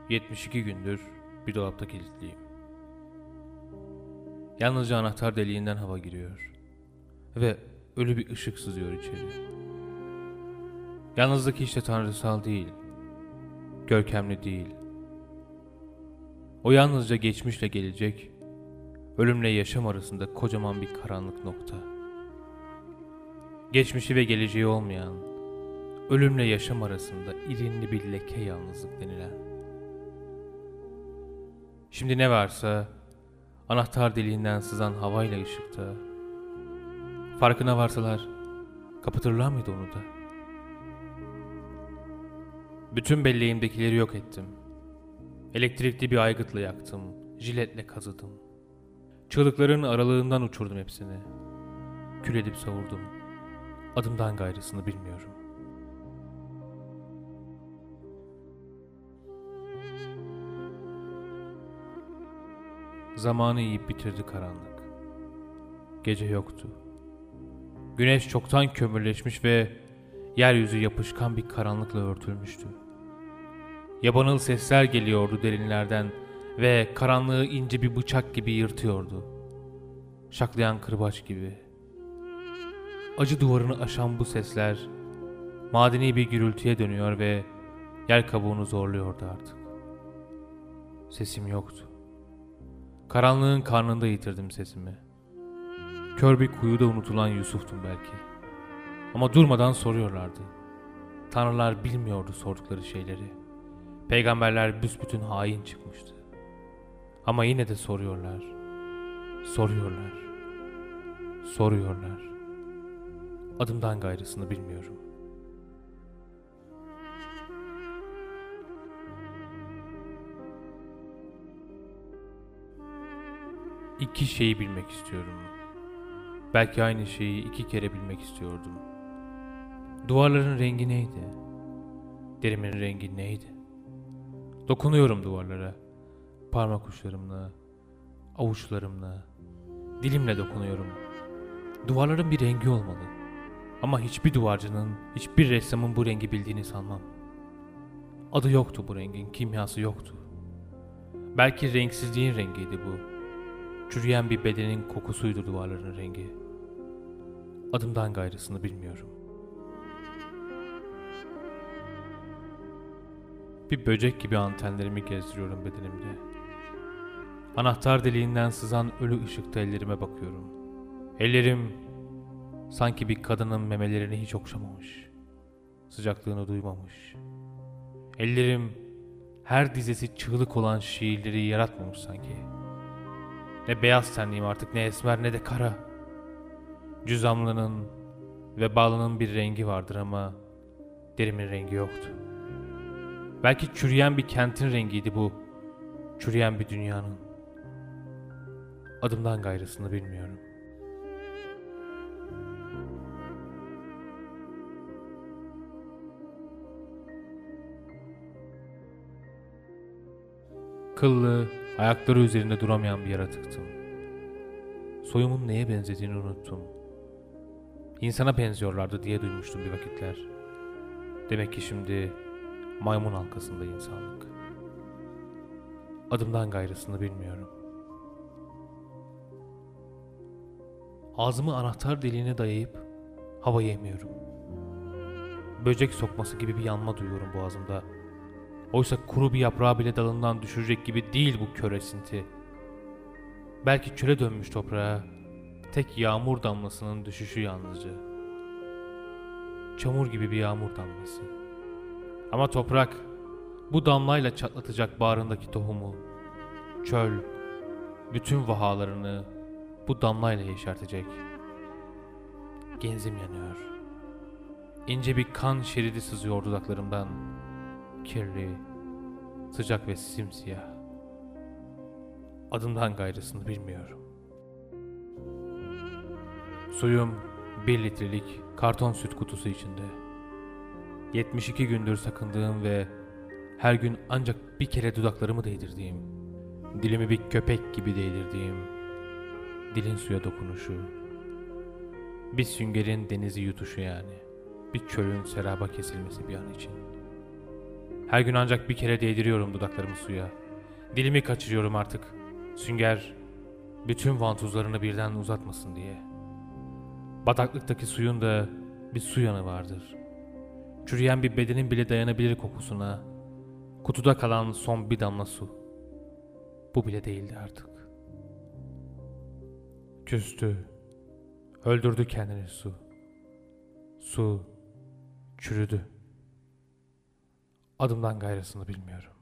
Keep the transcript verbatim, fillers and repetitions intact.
yetmiş iki gündür bir dolapta kilitliyim. Yalnızca anahtar deliğinden hava giriyor ve ölü bir ışık sızıyor içeri. Yalnızlık hiç de tanrısal değil, görkemli değil. O yalnızca geçmişle gelecek, ölümle yaşam arasında kocaman bir karanlık nokta. Geçmişi ve geleceği olmayan, ölümle yaşam arasında irinli bir leke yalnızlık denilen. Şimdi ne varsa anahtar deliğinden sızan havayla ışıkta. Farkına varsalar kapatırlar mıydı onu da? Bütün belleğimdekileri yok ettim. Elektrikli bir aygıtla yaktım, jiletle kazıdım. Çığlıkların aralığından uçurdum hepsini. Kül edip savurdum. Adımdan gayrısını bilmiyorum. Zamanı yiyip bitirdi karanlık. Gece yoktu. Güneş çoktan kömürleşmiş ve yeryüzü yapışkan bir karanlıkla örtülmüştü. Yabanıl sesler geliyordu derinlerden ve karanlığı ince bir bıçak gibi yırtıyordu. Şaklayan kırbaç gibi. Acı duvarını aşan bu sesler madeni bir gürültüye dönüyor ve yer kabuğunu zorluyordu artık. Sesim yoktu. Karanlığın karnında yitirdim sesimi. Kör bir kuyuda unutulan Yusuf'tum belki. Ama durmadan soruyorlardı. Tanrılar bilmiyordu sordukları şeyleri. Peygamberler büsbütün hain çıkmıştı. Ama yine de soruyorlar. Soruyorlar. Soruyorlar. Adımdan gayrısını bilmiyorum. İki şeyi bilmek istiyorum. Belki aynı şeyi iki kere bilmek istiyordum. Duvarların rengi neydi? Derimin rengi neydi? Dokunuyorum duvarlara. Parmak uçlarımla, avuçlarımla, dilimle dokunuyorum. Duvarların bir rengi olmalı. Ama hiçbir duvarcının, hiçbir ressamın bu rengi bildiğini sanmam. Adı yoktu bu rengin, kimyası yoktu. Belki renksizliğin rengiydi bu. Çürüyen bir bedenin kokusuydu duvarların rengi. Adımdan gayrısını bilmiyorum. Bir böcek gibi antenlerimi gezdiriyorum bedenimde. Anahtar deliğinden sızan ölü ışıkta ellerime bakıyorum. Ellerim sanki bir kadının memelerini hiç okşamamış, sıcaklığını duymamış. Ellerim her dizesi çığlık olan şiirleri yaratmamış sanki. Ne beyaz tenliyim artık, ne esmer ne de kara. Cüzamlının ve balının bir rengi vardır ama derimin rengi yoktu. Belki çürüyen bir kentin rengiydi bu. Çürüyen bir dünyanın. Adımdan gayrısını bilmiyorum. Kıllı, ayakları üzerinde duramayan bir yaratıktım. Soyumun neye benzediğini unuttum. İnsana benziyorlardı diye duymuştum bir vakitler. Demek ki şimdi maymun halkasında insanlık. Adımdan gayrısını bilmiyorum. Ağzımı anahtar deliğine dayayıp havayı emiyorum. Böcek sokması gibi bir yanma duyuyorum boğazımda. Oysa kuru bir yaprağı bile dalından düşürecek gibi değil bu kör esinti. Belki çöle dönmüş toprağa tek yağmur damlasının düşüşü yalnızca. Çamur gibi bir yağmur damlası. Ama toprak bu damlayla çatlatacak bağrındaki tohumu. Çöl bütün vahalarını bu damlayla yeşertecek. Genzim yanıyor. İnce bir kan şeridi sızıyor dudaklarımdan. Kirli, sıcak ve simsiyah. Adımdan gayrısını bilmiyorum. Suyum bir litrelik karton süt kutusu içinde. yetmiş iki gündür sakındığım ve her gün ancak bir kere dudaklarımı değdirdiğim, dilimi bir köpek gibi değdirdiğim, dilin suya dokunuşu, bir süngerin denizi yutuşu yani, bir çölün seraba kesilmesi bir an için. Her gün ancak bir kere değdiriyorum dudaklarımı suya. Dilimi kaçırıyorum artık. Sünger bütün vantuzlarını birden uzatmasın diye. Bataklıktaki suyun da bir su yanı vardır. Çürüyen bir bedenin bile dayanabilir kokusuna. Kutuda kalan son bir damla su. Bu bile değildi artık. Küstü. Öldürdü kendini su. Su çürüdü. Adımdan gayrısını bilmiyorum.